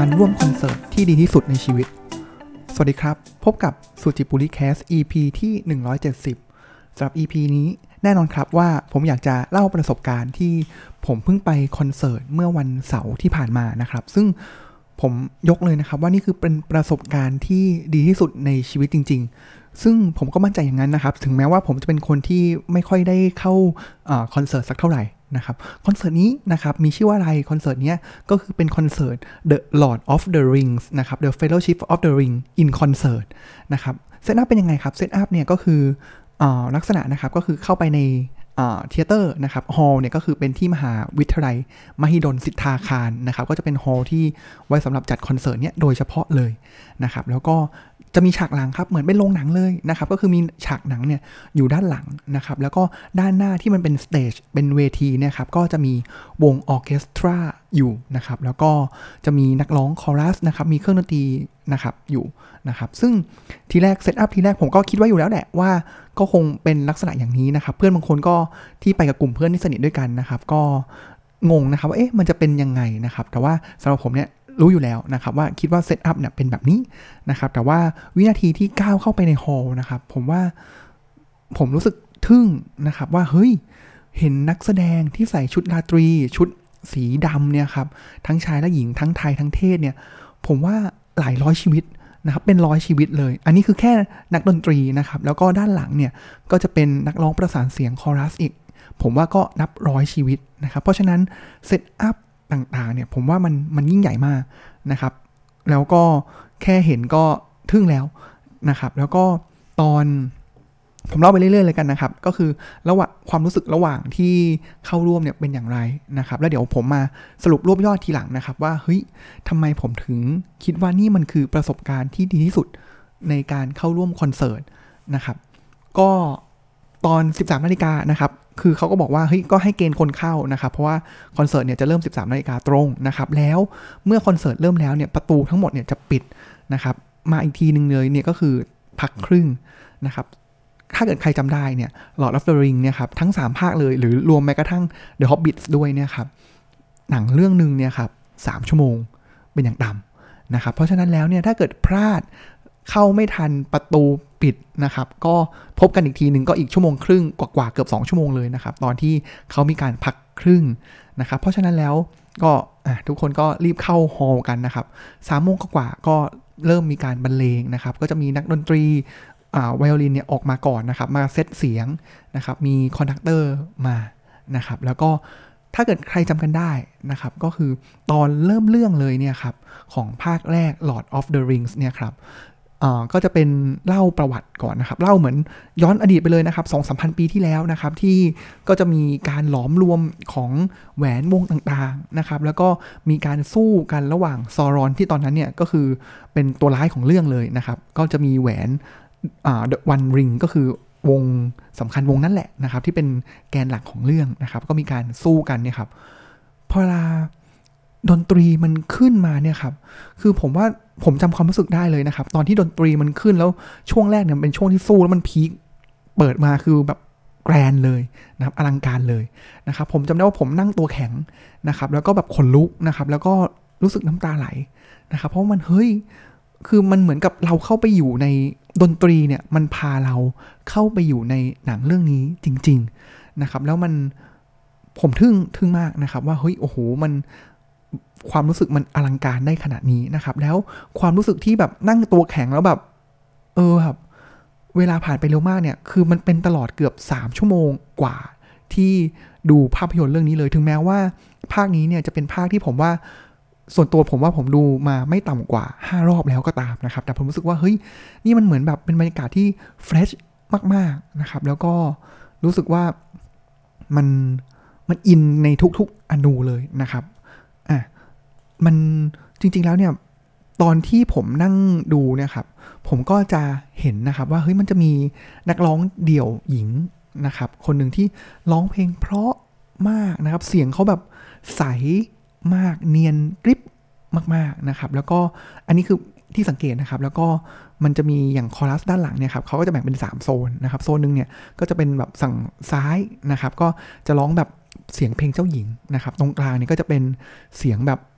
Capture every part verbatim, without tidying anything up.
การร่วมคอนเสิร์ตที่ดีที่สุดในชีวิตสวัสดีครับพบกับสุจิปุริแคส อี พี ที่หนึ่งร้อยเจ็ดสิบสำหรับ อี พี นี้แน่นอนครับว่าผมอยากจะเล่าประสบการณ์ที่ผมเพิ่งไปคอนเสิร์ตเมื่อวันเสาร์ที่ผ่านมานะครับซึ่งผมยกเลยนะครับว่านี่คือเป็นประสบการณ์ที่ดีที่สุดในชีวิตจริงๆซึ่งผมก็มั่นใจอย่างนั้นนะครับถึงแม้ว่าผมจะเป็นคนที่ไม่ค่อยได้เข้าคอนเสิร์ตสักเท่าไหร่นะครับคอนเสิร์ตนี้นะครับมีชื่อว่าอะไรคอนเสิร์ตนี้ก็คือเป็นคอนเสิร์ต The Lord of the Rings นะครับ The Fellowship of the Ring in Concert นะครับเซตอัพเป็นยังไงครับเซตอัพเนี่ยก็คือลักษณะนะครับก็คือเข้าไปในเทเตอร์นะครับฮอลล์เนี่ยก็คือเป็นที่มหาวิทยาลัยมหิดลสิทธาคารนะครับก็จะเป็นฮอลล์ที่ไว้สำหรับจัดคอนเสิร์ตเนี่ยโดยเฉพาะเลยนะครับแล้วก็จะมีฉากหลังครับเหมือนเป็นโรงหนังเลยนะครับก็คือมีฉากหนังเนี่ยอยู่ด้านหลังนะครับแล้วก็ด้านหน้าที่มันเป็นสเตจเป็นเวทีเนี่ยครับก็จะมีวงออร์เคสตราอยู่นะครับแล้วก็จะมีนักร้องคอรัสนะครับมีเครื่องดนตรีนะครับอยู่นะครับซึ่งทีแรกเซตอัพทีแรกผมก็คิดไว้อยู่แล้วแหละว่าก็คงเป็นลักษณะอย่างนี้นะครับเพื่อนบางคนก็ที่ไปกับกลุ่มเพื่อนที่สนิทด้วยกันนะครับก็งงนะครับว่าเอ๊ะมันจะเป็นยังไงนะครับแต่ว่าสำหรับผมเนี่ยรู้อยู่แล้วนะครับว่าคิดว่าเซตอัพเนี่ยเป็นแบบนี้นะครับแต่ว่าวินาทีที่ก้าวเข้าไปในฮอลล์นะครับผมว่าผมรู้สึกทึ่งนะครับว่าเฮ้ยเห็นนักแสดงที่ใส่ชุดราตรีชุดสีดำเนี่ยครับทั้งชายและหญิงทั้งไทยทั้งเทศเนี่ยผมว่าหลายร้อยชีวิตนะครับเป็นร้อยชีวิตเลยอันนี้คือแค่นักดนตรีนะครับแล้วก็ด้านหลังเนี่ยก็จะเป็นนักร้องประสานเสียงคอรัสอีกผมว่าก็นับร้อยชีวิตนะครับเพราะฉะนั้นเซตอัพต่างๆเนี่ยผมว่ามันมันยิ่งใหญ่มากนะครับแล้วก็แค่เห็นก็ทึ่งแล้วนะครับแล้วก็ตอนผมเล่าไปเรื่อยๆเลยกันนะครับก็คือระหว่างความรู้สึกระหว่างที่เข้าร่วมเนี่ยเป็นอย่างไรนะครับแล้วเดี๋ยวผมมาสรุปรวบยอดทีหลังนะครับว่าเฮ้ยทำไมผมถึงคิดว่านี่มันคือประสบการณ์ที่ดีที่สุดในการเข้าร่วมคอนเสิร์ตนะครับก็ตอน สิบสามนาฬิกานะครับคือเขาก็บอกว่าเฮ้ยก็ให้เกณฑ์คนเข้านะครับเพราะว่าคอนเสิร์ตเนี่ยจะเริ่ม สิบสามนาฬิกาตรงนะครับแล้วเมื่อคอนเสิร์ตเริ่มแล้วเนี่ยประตูทั้งหมดเนี่ยจะปิดนะครับมาอีกทีนึงเลยเนี่ยก็คือพักครึ่งนะครับถ้าเกิดใครจำได้เนี่ย Lord of the Ring เนี่ยครับทั้งสามภาคเลยหรือรวมแม้กระทั่ง The Hobbit ด้วยเนี่ยครับหนังเรื่องนึงเนี่ยครับสามชั่วโมงเป็นอย่างต่ำนะครับเพราะฉะนั้นแล้วเนี่ยถ้าเกิดพลาดเข้าไม่ทันประตูปิดนะครับก็พบกันอีกทีนึงก็อีกชั่วโมงครึ่งกว่าๆเกือบสองชั่วโมงเลยนะครับตอนที่เขามีการพักครึ่งนะครับเพราะฉะนั้นแล้วก็ทุกคนก็รีบเข้าฮอลล์กันนะครับสามโมงกว่าก็เริ่มมีการบรรเลงนะครับก็จะมีนักดนตรีไวโอลินเนี่ยออกมาก่อนนะครับมาเซตเสียงนะครับมีคอนดักเตอร์มานะครับแล้วก็ถ้าเกิดใครจำกันได้นะครับก็คือตอนเริ่มเรื่องเลยเนี่ยครับของภาคแรก Lord of the Rings เนี่ยครับก็จะเป็นเล่าประวัติก่อนนะครับเล่าเหมือนย้อนอดีตไปเลยนะครับ สองถึงสามพัน ปีที่แล้วนะครับที่ก็จะมีการหลอมรวมของแหวนวงต่างๆนะครับแล้วก็มีการสู้กันระหว่างซอรอนที่ตอนนั้นเนี่ยก็คือเป็นตัวร้ายของเรื่องเลยนะครับก็จะมีแหวนThe One Ring ก็คือวงสำคัญวงนั้นแหละนะครับที่เป็นแกนหลักของเรื่องนะครับก็มีการสู้กันเนี่ยครับพอเวลาดนตรีมันขึ้นมาเนี่ยครับคือผมว่าผมจำความรู้สึกได้เลยนะครับตอนที่ดนตรีมันขึ้นแล้วช่วงแรกเนี่ยเป็นช่วงที่สู้แล้วมันพีคเปิดมาคือแบบแกรนเลยนะครับอลังการเลยนะครับผมจำได้ว่าผมนั่งตัวแข็งนะครับแล้วก็แบบขนลุกนะครับแล้วก็รู้สึกน้ำตาไหลนะครับเพราะมันเฮ้ยคือมันเหมือนกับเราเข้าไปอยู่ในดนตรีเนี่ยมันพาเราเข้าไปอยู่ในหนังเรื่องนี้จริงๆนะครับแล้วมันผมทึ่งทึ่งมากนะครับว่าเฮ้ยโอ้โหมันความรู้สึกมันอลังการได้ขนาดนี้นะครับแล้วความรู้สึกที่แบบนั่งตัวแข็งแล้วแบบเออแบบเวลาผ่านไปเร็วมากเนี่ยคือมันเป็นตลอดเกือบสามชั่วโมงกว่าที่ดูภาพยนตร์เรื่องนี้เลยถึงแม้ว่าภาคนี้เนี่ยจะเป็นภาคที่ผมว่าส่วนตัวผมว่าผมดูมาไม่ต่ำกว่าห้ารอบแล้วก็ตามนะครับแต่ผมรู้สึกว่าเฮ้ยนี่มันเหมือนแบบเป็นบรรยากาศที่เฟรชมากๆนะครับแล้วก็รู้สึกว่ามันมันอินในทุกๆอนูเลยนะครับอ่ะมันจริงๆแล้วเนี่ยตอนที่ผมนั่งดูเนี่ยครับผมก็จะเห็นนะครับว่าเฮ้ยมันจะมีนักร้องเดี่ยวหญิงนะครับคนหนึ่งที่ร้องเพลงเพราะมากนะครับเสียงเขาแบบใสมากเนียนกริบมากๆนะครับแล้วก็อันนี้คือที่สังเกตนะครับแล้วก็มันจะมีอย่างคอรัสด้านหลังเนี่ยครับเขาก็จะแบ่งเป็นสามโซนนะครับโซนนึงเนี่ยก็จะเป็นแบบฝั่งซ้ายนะครับก็จะร้องแบบเสียงเพลงเจ้าหญิงนะครับตรงกลางเนี่ยก็จะเป็นเสียงแบบ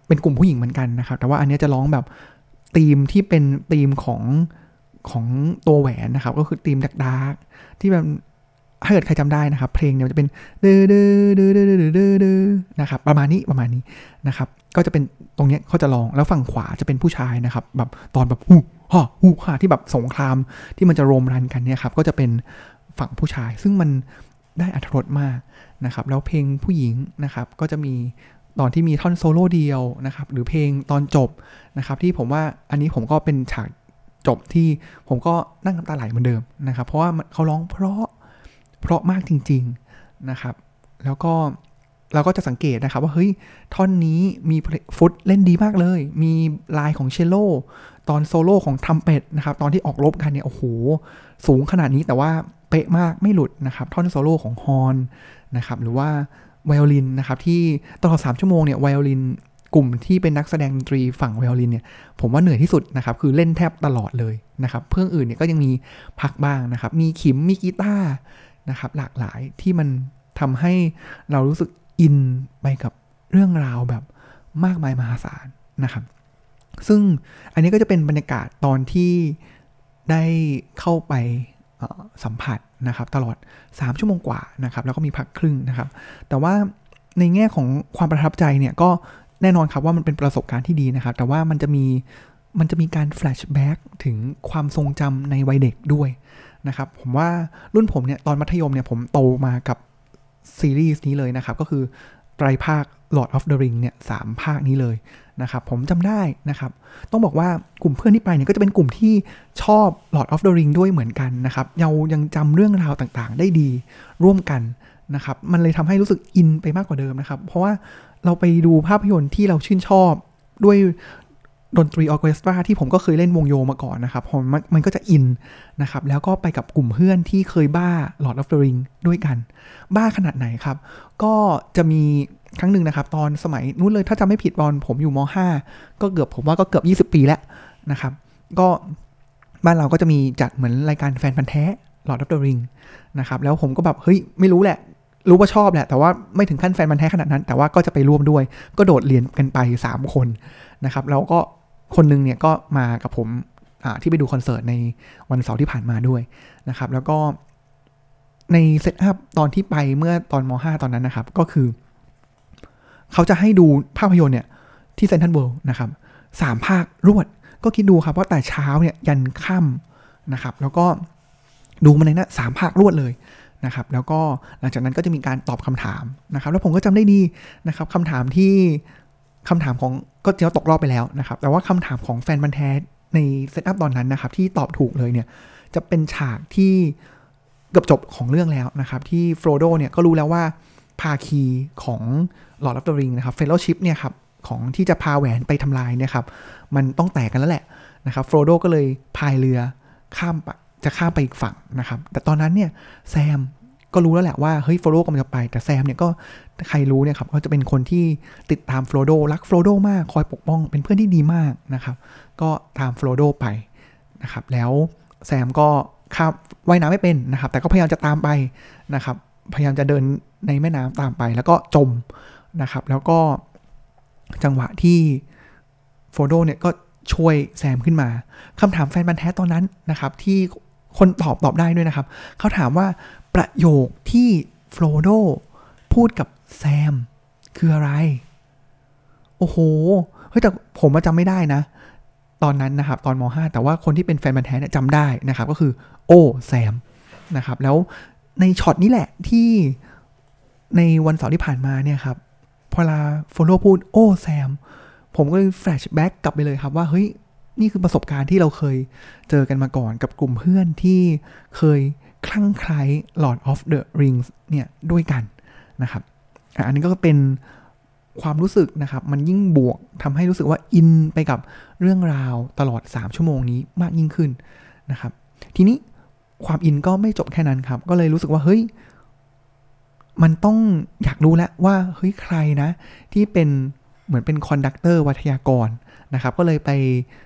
เป็นกลุ่มผู้หญิงเหมือนกันนะครับแต่ว่าอันนี้จะร้องแบบธีมที่เป็นธีมของของตัวแหวนนะครับก็คือธีมดาร์กๆที่แบบถ้าเกิดใครจำได้นะครับเพลงเนี่ยจะเป็นเด้อเด้อเด้อเด้อเด้อเด้อเด้อนะครับประมาณนี้ประมาณนี้นะครับก็จะเป็นตรงนี้เขาจะร้องแล้วฝั่งขวาจะเป็นผู้ชายนะครับแบบตอนแบบฮู้ฮ่าฮู้ฮ่าที่แบบสงครามที่มันจะรมรันกันเนี่ยครับก็จะเป็นฝั่งผู้ชายซึ่งมันได้อรรถรสมากนะครับแล้วเพลงผู้หญิงนะครับก็จะมีตอนที่มีท่อนโซโล่เดียวนะครับหรือเพลงตอนจบนะครับที่ผมว่าอันนี้ผมก็เป็นฉากจบที่ผมก็นั่งน้ำตาไหลเหมือนเดิมนะครับเพราะว่าเขาร้องเพราะเพราะมากจริงๆนะครับแล้วก็เราก็จะสังเกตนะครับว่าเฮ้ยท่อนนี้มีฟุตเล่นดีมากเลยมีลายของเชลโลตอนโซโล่ของทรัมเป็ตนะครับตอนที่ออกรบกันเนี่ยโอ้โหสูงขนาดนี้แต่ว่าเป๊ะมากไม่หลุดนะครับท่อนโซโล่ของฮอร์นนะครับหรือว่าไวโอลินนะครับที่ตลอดสามชั่วโมงเนี่ยไวโอลินกลุ่มที่เป็นนักแสดงดนตรีฝั่งไวโอลินเนี่ยผมว่าเหนื่อยที่สุดนะครับคือเล่นแทบตลอดเลยนะครับเพื่องอื่นเนี่ยก็ยังมีพักบ้างนะครับมีขิมมีกีตาร์นะครับหลากหลายที่มันทำให้เรารู้สึกอินไปกับเรื่องราวแบบมากมายมหาศาลนะครับซึ่งอันนี้ก็จะเป็นบรรยากาศตอนที่ได้เข้าไปสัมผัสนะครับตลอดสามชั่วโมงกว่านะครับแล้วก็มีพักครึ่งนะครับแต่ว่าในแง่ของความประทับใจเนี่ยก็แน่นอนครับว่ามันเป็นประสบการณ์ที่ดีนะครับแต่ว่ามันจะมีมันจะมีการแฟลชแบ็กถึงความทรงจำในวัยเด็กด้วยนะครับผมว่ารุ่นผมเนี่ยตอนมัธยมเนี่ยผมโตมากับซีรีส์นี้เลยนะครับก็คือไตรภาค Lord of the Ring เนี่ยสามภาคนี้เลยนะครับผมจำได้นะครับต้องบอกว่ากลุ่มเพื่อนที่ไปเนี่ยก็จะเป็นกลุ่มที่ชอบ Lord of the Ring ด้วยเหมือนกันนะครับเรายังจำเรื่องราวต่างๆได้ดีร่วมกันนะครับมันเลยทำให้รู้สึกอินไปมากกว่าเดิมนะครับเพราะว่าเราไปดูภาพยนตร์ที่เราชื่นชอบด้วยดนตรีออร์เคสตราที่ผมก็เคยเล่นวงโยมาก่อนนะครับผมมันก็จะอินนะครับแล้วก็ไปกับกลุ่มเพื่อนที่เคยบ้า Lord of the Ring ด้วยกันบ้าขนาดไหนครับก็จะมีครั้งหนึ่งนะครับตอนสมัยนู้นเลยถ้าจำไม่ผิดตอนผมอยู่ม.ห้า ก็เกือบผมว่าก็เกือบยี่สิบปีแล้วนะครับก็บ้านเราก็จะมีจัดเหมือนรายการแฟนพันธุ์แท้ Lord of the Ring นะครับแล้วผมก็แบบเฮ้ยไม่รู้แหละรู้ว่าชอบแหละแต่ว่าไม่ถึงขั้นแฟนพันธุ์แท้ขนาดนั้นแต่ว่าก็จะไปร่วมด้วยก็โดดเรียนกันไปสามคนนะครับแล้วก็คนนึงเนี่ยก็มากับผมที่ไปดูคอนเสิร์ตในวันเสาร์ที่ผ่านมาด้วยนะครับแล้วก็ในเซตอัพตอนที่ไปเมื่อตอนม.ห้า ตอนนั้นนะครับก็คือเขาจะให้ดูภาพยนตร์เนี่ยที่เซ็นทรัลเวิลด์นะครับสามภาครวดก็คิดดูครับว่าแต่เช้าเนี่ยยันค่ำนะครับแล้วก็ดูมาในนั้นสามภาครวดเลยนะครับแล้วก็หลังจากนั้นก็จะมีการตอบคำถามนะครับแล้วผมก็จำได้ดีนะครับคำถามที่คำถามของก็เจ้าตกรอบไปแล้วนะครับแต่ว่าคำถามของแฟนบันแท้ในเซตอัพตอนนั้นนะครับที่ตอบถูกเลยเนี่ยจะเป็นฉากที่เกือบจบของเรื่องแล้วนะครับที่โฟรโดเนี่ยก็รู้แล้วว่าภาคีของ Lord of the Ring นะครับ Fellowship เนี่ยครับของที่จะพาแหวนไปทำลายเนี่ยครับมันต้องแตกกันแล้วแหละนะครับโฟรโดก็เลยพายเรือข้ามจะข้ามไปอีกฝั่งนะครับแต่ตอนนั้นเนี่ยแซมก็รู้แล้วแหละว่าเฮ้ยโฟรโดกำลังจะไปแต่แซมเนี่ยก็ใครรู้เนี่ยครับก็จะเป็นคนที่ติดตามโฟรโดรักโฟรโดมากคอยปกป้องเป็นเพื่อนที่ดีมากนะครับก็ตามโฟรโดไปนะครับแล้วแซมก็ข้ามว่ายน้ำไม่เป็นนะครับแต่ก็พยายามจะตามไปนะครับพยายามจะเดินในแม่น้ำตามไปแล้วก็จมนะครับแล้วก็จังหวะที่โฟรโดเนี่ยก็ช่วยแซมขึ้นมาคำถามแฟนบันแท้ตอนนั้นนะครับที่คนตอบตอบได้ด้วยนะครับเขาถามว่าประโยคที่โฟรโดพูดกับแซมคืออะไรโอ้โหเฮ้ยแต่ผมจำไม่ได้นะตอนนั้นนะครับตอนม.ห้า แต่ว่าคนที่เป็นแฟนบันแท้เนี่ยจำได้นะครับก็คือโอ้แซมนะครับแล้วในช็อตนี้แหละที่ในวันเสาร์ที่ผ่านมาเนี่ยครับพอลาโฟโรพูดโอ้แซมผมก็เลยแฟลชแบ็กกลับไปเลยครับว่าเฮ้ยนี่คือประสบการณ์ที่เราเคยเจอกันมาก่อนกับกลุ่มเพื่อนที่เคยคลั่งไคล้ Lord of the Rings เนี่ยด้วยกันนะครับอันนี้ก็เป็นความรู้สึกนะครับมันยิ่งบวกทำให้รู้สึกว่าอินไปกับเรื่องราวตลอดสามชั่วโมงนี้มากยิ่งขึ้นนะครับทีนี้ความอินก็ไม่จบแค่นั้นครับก็เลยรู้สึกว่าเฮ้ยมันต้องอยากรู้แล้วว่าเฮ้ยใครนะที่เป็นเหมือนเป็นคอนดักเตอร์วัทยากรนะครับก็เลยไป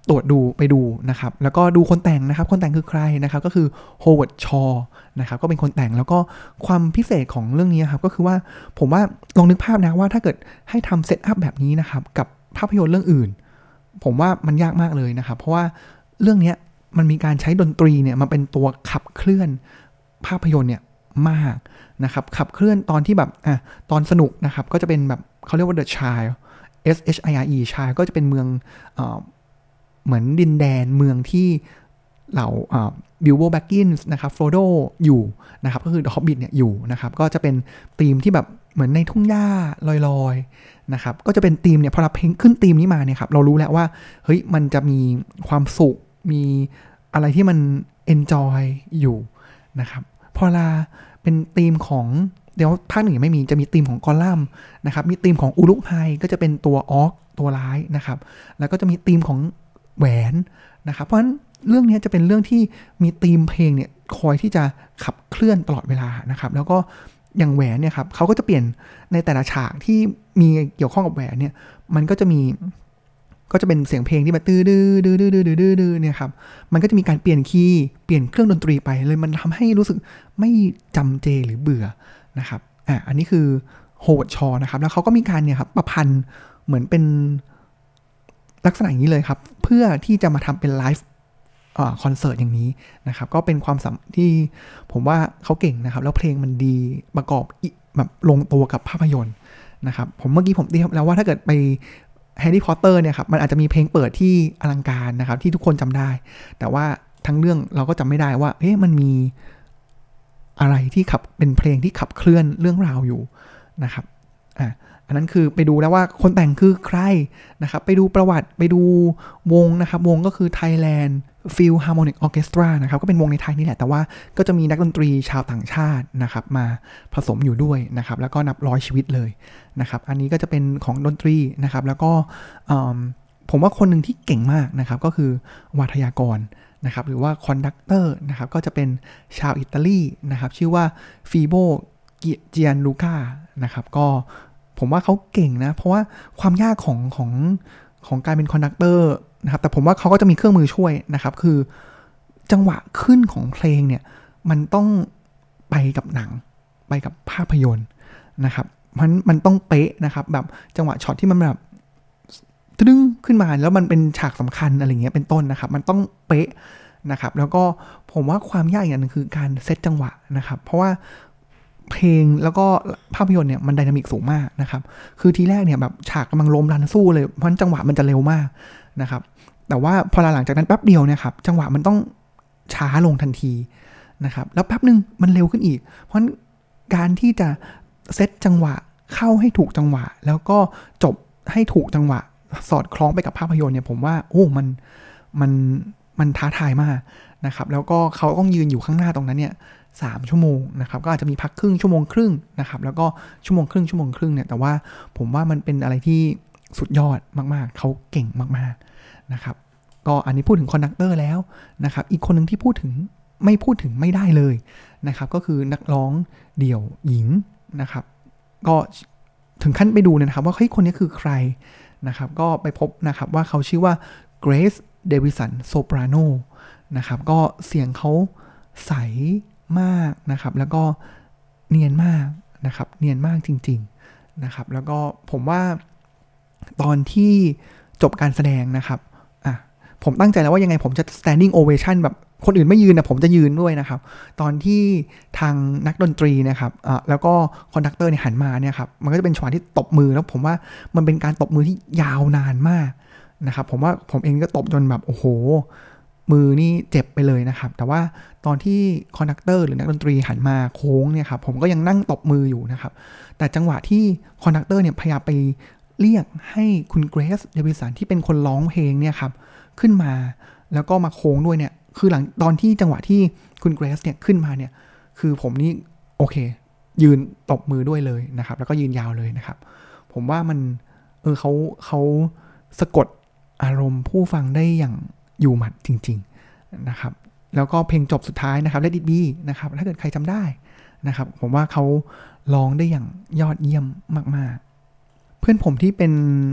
ตรวจดูไปดูนะครับแล้วก็ดูคนแต่งนะครับคนแต่งคือใครนะครับก็คือโฮเวิร์ดชอว์นะครับก็เป็นคนแต่งแล้วก็ความพิเศษของเรื่องนี้ครับก็คือว่าผมว่าลองนึกภาพนะว่าถ้าเกิดให้ทำเซตอัพแบบนี้นะครับกับภาพยนตร์เรื่องอื่นผมว่ามันยากมากเลยนะครับเพราะว่าเรื่องนี้มันมีการใช้ดนตรีเนี่ยมาเป็นตัวขับเคลื่อนภาพยนตร์เนี่ยมากนะครับขับเคลื่อนตอนที่แบบอ่ะตอนสนุกนะครับก็จะเป็นแบบเขาเรียกว่า The Child S H I R E Child ก็จะเป็นเมืองเอ่อเหมือนดินแดนเมืองที่เหล่าบิลโบ แบ็กกินส์นะครับโฟโดอยู่นะครับก็คือ The Hobbit เนี่ยอยู่นะครับก็จะเป็นธีมที่แบบเหมือนในทุ่งหญ้าลอยๆนะครับก็จะเป็นธีมเนี่ยพอเราเพลงขึ้นธีมนี้มาเนี่ยครับเรารู้แล้วว่าเฮ้ยมันจะมีความสุขมีอะไรที่มัน enjoy อยู่นะครับพอลาเป็นธีมของเดี๋ยวภาคหนึ่งไม่มีจะมีธีมของกอลัมน์นะครับมีธีมของอุลุกไฮก็จะเป็นตัวออกตัวร้ายนะครับแล้วก็จะมีธีมของแหวนนะครับเพราะฉะนั้นเรื่องนี้จะเป็นเรื่องที่มีธีมเพลงเนี่ยคอยที่จะขับเคลื่อนตลอดเวลานะครับแล้วก็อย่างแหวนเนี่ยครับเขาก็จะเปลี่ยนในแต่ละฉากที่มีเกี่ยวข้องกับแหวนเนี่ยมันก็จะมีก็จะเป็นเสียงเพลงที่แบบตื้อดื้อดื้อดื้อดื้อดื้อดื้อเนี่ยครับมันก็จะมีการเปลี่ยนคีย์เปลี่ยนเครื่องดนตรีไปเลยมันทำให้รู้สึกไม่จำเจหรือเบื่อนะครับอ่ะอันนี้คือโฮเวิร์ดชอว์นะครับแล้วเขาก็มีการเนี่ยครับประพันธ์เหมือนเป็นลักษณะอย่างนี้เลยครับเพื่อที่จะมาทำเป็นไลฟ์คอนเสิร์ตอย่างนี้นะครับก็เป็นความสัมที่ผมว่าเขาเก่งนะครับแล้วเพลงมันดีประกอบแบบลงตัวกับภาพยนตร์นะครับผมเมื่อกี้ผมเรียกแล้วว่าถ้าเกิดไปแฮร์รี่พอตเตอร์เนี่ยครับมันอาจจะมีเพลงเปิดที่อลังการนะครับที่ทุกคนจำได้แต่ว่าทั้งเรื่องเราก็จำไม่ได้ว่าเอ๊ะมันมีอะไรที่ขับเป็นเพลงที่ขับเคลื่อนเรื่องราวอยู่นะครับอ่ะอันนั้นคือไปดูแล้วว่าคนแต่งคือใครนะครับไปดูประวัติไปดูวงนะครับวงก็คือ Thailand Philharmonic Orchestra นะครับก็เป็นวงในไทยนี่แหละแต่ว่าก็จะมีนักดนตรีชาวต่างชาตินะครับมาผสมอยู่ด้วยนะครับแล้วก็นับร้อยชีวิตเลยนะครับอันนี้ก็จะเป็นของดนตรีนะครับแล้วก็ผมว่าคนหนึ่งที่เก่งมากนะครับก็คือวาทยากรนะครับหรือว่าคอนดักเตอร์นะครับก็จะเป็นชาวอิตาลีนะครับชื่อว่าฟีโบเจียนลูกานะครับก็ผมว่าเขาเก่งนะเพราะว่าความยากของของของการเป็นคอนดักเตอร์นะครับแต่ผมว่าเขาก็จะมีเครื่องมือช่วยนะครับคือจังหวะขึ้นของเพลงเนี่ยมันต้องไปกับหนังไปกับภาพยนตร์นะครับมันมันต้องเป๊ะนะครับแบบจังหวะช็อตที่มันแบบตึ้งขึ้นมาแล้วมันเป็นฉากสำคัญอะไรเงี้ยเป็นต้นนะครับมันต้องเป๊ะนะครับแล้วก็ผมว่าความยากอย่างนึงคือการเซตจังหวะนะครับเพราะว่าเพลงแล้วก็ภาพยนตร์เนี่ยมันไดนามิกสูงมากนะครับคือทีแรกเนี่ยแบบฉากกำลังล้มรันสู้เลยเพราะจังหวะมันจะเร็วมากนะครับแต่ว่าพอหลังจากนั้นแป๊บเดียวเนี่ยครับจังหวะมันต้องช้าลงทันทีนะครับแล้วแป๊บนึงมันเร็วขึ้นอีกเพราะการที่จะเซตจังหวะเข้าให้ถูกจังหวะแล้วก็จบให้ถูกจังหวะสอดคล้องไปกับภาพยนตร์เนี่ยผมว่าโอ้มันมันมันท้าทายมากนะครับแล้วก็เขาต้องยืนอยู่ข้างหน้าตรงนั้นเนี่ยสามชั่วโมงนะครับก็อาจจะมีพักครึ่งชั่วโมงครึ่งนะครับแล้วก็ชั่วโมงครึ่งชั่วโมงครึ่งเนี่ยแต่ว่าผมว่ามันเป็นอะไรที่สุดยอดมากๆเขาเก่งมากๆนะครับก็อันนี้พูดถึงคอนดักเตอร์แล้วนะครับอีกคนนึงที่พูดถึงไม่พูดถึงไม่ได้เลยนะครับก็คือนักร้องเดี่ยวหญิงนะครับก็ถึงขั้นไปดูเลยนะครับว่าเฮ้ยคนนี้คือใครนะครับก็ไปพบนะครับว่าเขาชื่อว่า Grace Davison Soprano นะครับก็เสียงเขาใสมากนะครับแล้วก็เนียนมากนะครับเนียนมากจริงๆนะครับแล้วก็ผมว่าตอนที่จบการแสดงนะครับอ่ะผมตั้งใจแล้วว่ายังไงผมจะ standing ovation แบบคนอื่นไม่ยืนนะผมจะยืนด้วยนะครับตอนที่ทางนักดนตรีนะครับอ่ะแล้วก็คอนดักเตอร์เนี่ยหันมาเนี่ยครับมันก็จะเป็นช็อตที่ตบมือแล้วผมว่ามันเป็นการตบมือที่ยาวนานมากนะครับผมว่าผมเองก็ตบจนแบบโอ้โหมือนี่เจ็บไปเลยนะครับแต่ว่าตอนที่คอนดักเตอร์หรือนักดนตรีหันมาโค้งเนี่ยครับผมก็ยังนั่งตบมืออยู่นะครับแต่จังหวะที่คอนดักเตอร์เนี่ยพยายามไปเรียกให้คุณเกรซเดวิสันที่เป็นคนร้องเพลงเนี่ยครับขึ้นมาแล้วก็มาโค้งด้วยเนี่ยคือหลังตอนที่จังหวะที่คุณเกรซเนี่ยขึ้นมาเนี่ยคือผมนี่โอเคยืนตบมือด้วยเลยนะครับแล้วก็ยืนยาวเลยนะครับผมว่ามันเออเขาเขาสะกดอารมณ์ผู้ฟังได้อย่างอยู่หมัดจริงๆนะครับแล้วก็เพลงจบสุดท้ายนะครับ Let It Be นะครับถ้าเกิดใครจำได้นะครับผมว่าเขาร้องได้อย่างยอดเยี่ยมมากๆเพื่อนผมที่เป็น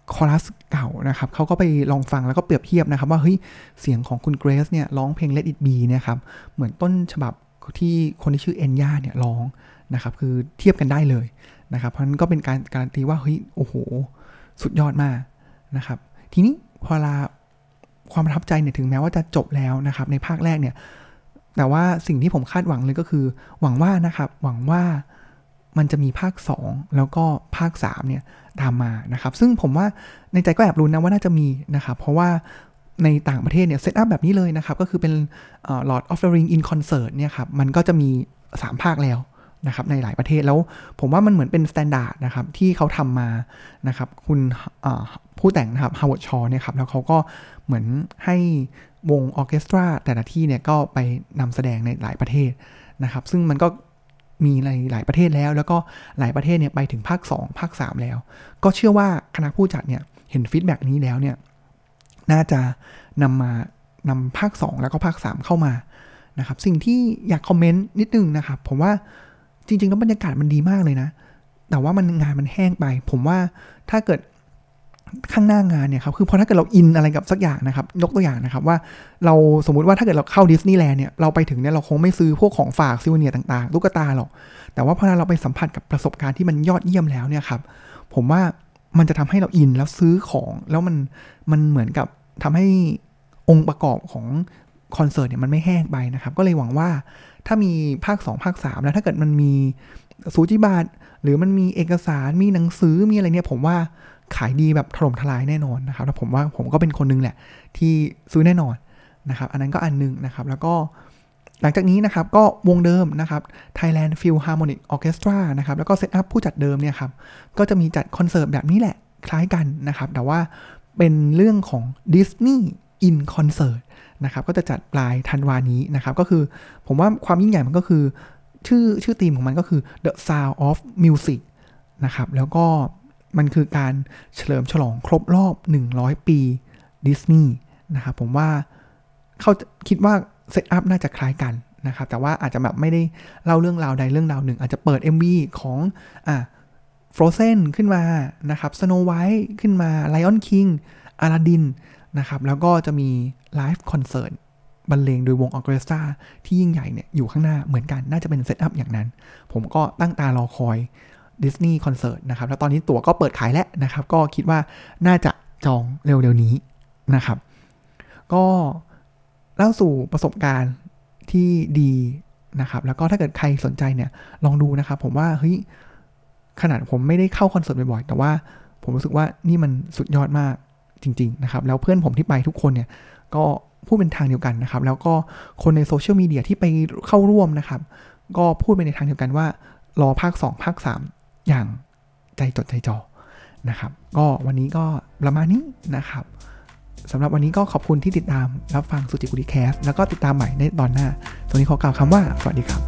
คอรัสเก่านะครับเขาก็ไปลองฟังแล้วก็เปรียบเทียบนะครับว่าเฮ้ยเสียงของคุณเกรซเนี่ยร้องเพลง Let It Be เนี่ยครับเหมือนต้นฉบับที่คนที่ชื่อเอ็นย่าเนี่ยร้องนะครับคือเทียบกันได้เลยนะครับเพราะนั้นก็เป็นการการันตีว่าเฮ้ยโอ้โหสุดยอดมากนะครับทีนี้พอลาความประทับใจเนี่ยถึงแม้ว่าจะจบแล้วนะครับในภาคแรกเนี่ยแต่ว่าสิ่งที่ผมคาดหวังเลยก็คือหวังว่านะครับหวังว่ามันจะมีภาคสองแล้วก็ภาคสามเนี่ยตามมานะครับซึ่งผมว่าในใจก็แอบรู้นะว่าน่าจะมีนะครับเพราะว่าในต่างประเทศเนี่ยเซตอัพแบบนี้เลยนะครับก็คือเป็น Lord of the Ring in Concert เนี่ยครับมันก็จะมีสามภาคแล้วนะครับในหลายประเทศแล้วผมว่ามันเหมือนเป็นสแตนดาร์ดนะครับที่เขาทำมานะครับคุณผู้แต่งนะครับฮาวเวิร์ดชอเนี่ยครับแล้วเขาก็เหมือนให้วงออร์เคสตราแต่ละที่เนี่ยก็ไปนำแสดงในหลายประเทศนะครับซึ่งมันก็มีในหลายประเทศแล้วแล้วก็หลายประเทศเนี่ยไปถึงภาคสองภาคสามแล้วก็เชื่อว่าคณะผู้จัดเนี่ยเห็นฟีดแบ็กนี้แล้วเนี่ยน่าจะนำมานำภาคสองแล้วก็ภาคสามเข้ามานะครับสิ่งที่อยากคอมเมนต์นิดนึงนะครับผมว่าจริงๆแล้วบรรยากาศมันดีมากเลยนะแต่ว่ามันงานมันแห้งไปผมว่าถ้าเกิดข้างหน้างานเนี่ยครับคือพอถ้าเกิดเราอินอะไรกับสักอย่างนะครับยกตัวอย่างนะครับว่าเราสมมุติว่าถ้าเกิดเราเข้าดิสนีย์แลนด์เนี่ยเราไปถึงเนี่ยเราคงไม่ซื้อพวกของฝากซิวเนียร์ต่างๆตุ๊กตาหรอกแต่ว่าพอเราไปสัมผัสกับประสบการณ์ที่มันยอดเยี่ยมแล้วเนี่ยครับผมว่ามันจะทำให้เราอินแล้วซื้อของแล้วมันมันเหมือนกับทำให้องค์ประกอบของคอนเสิร์ตเนี่ยมันไม่แห้งไปนะครับก็เลยหวังว่าถ้ามีภาคสองภาคสามแล้วถ้าเกิดมันมีสูจิบัตรหรือมันมีเอกสารมีหนังสือมีอะไรเนี่ยผมว่าขายดีแบบถล่มทลายแน่นอนนะครับแล้วผมว่าผมก็เป็นคนนึงแหละที่ซื้อแน่นอนนะครับอันนั้นก็อันนึงนะครับแล้วก็หลังจากนี้นะครับก็วงเดิมนะครับ Thailand Philharmonic Orchestra นะครับแล้วก็เซตอัพผู้จัดเดิมเนี่ยครับก็จะมีจัดคอนเสิร์ตแบบนี้แหละคล้ายกันนะครับแต่ว่าเป็นเรื่องของ Disney in Concert นะครับก็จะจัดปลายธันวานี้นะครับก็คือผมว่าความยิ่งใหญ่มันก็คือชื่อชื่อธีมของมันก็คือ The Sound of Music นะครับแล้วก็มันคือการเฉลิมฉลองครบรอบหนึ่งร้อยปีดิสนีย์นะครับผมว่าเขาคิดว่าเซตอัพน่าจะคล้ายกันนะครับแต่ว่าอาจจะแบบไม่ได้เล่าเรื่องราวใดเรื่องราวหนึ่งอาจจะเปิด เอ็ม วี ของอ่ะ Frozen ขึ้นมานะครับ Snow White ขึ้นมา Lion King Aladdin นะครับแล้วก็จะมีไลฟ์คอนเสิร์ตบรรเลงโดยวงออร์เคสตราที่ยิ่งใหญ่เนี่ยอยู่ข้างหน้าเหมือนกันน่าจะเป็นเซตอัพอย่างนั้นผมก็ตั้งตารอคอยดิสนีย์คอนเสิร์ตนะครับแล้วตอนนี้ตั๋วก็เปิดขายแล้วนะครับก็คิดว่าน่าจะจองเร็วๆนี้นะครับก็เล่าสู่ประสบการณ์ที่ดีนะครับแล้วก็ถ้าเกิดใครสนใจเนี่ยลองดูนะครับผมว่าเฮ้ยขนาดผมไม่ได้เข้าคอนเสิร์ตบ่อยๆแต่ว่าผมรู้สึกว่านี่มันสุดยอดมากจริงๆนะครับแล้วเพื่อนผมที่ไปทุกคนเนี่ยก็พูดเป็นทางเดียวกันนะครับแล้วก็คนในโซเชียลมีเดียที่ไปเข้าร่วมนะครับก็พูดไปในทางเดียวกันว่ารอภาคสองภาคสามอย่างใจจดใจจ่อนะครับก็วันนี้ก็ประมาณนี้นะครับสำหรับวันนี้ก็ขอบคุณที่ติดตามรับฟังสุจิบุรีแคสแล้วก็ติดตามใหม่ในตอนหน้าตอนนี้ขอกล่าวคำว่าสวัสดีครับ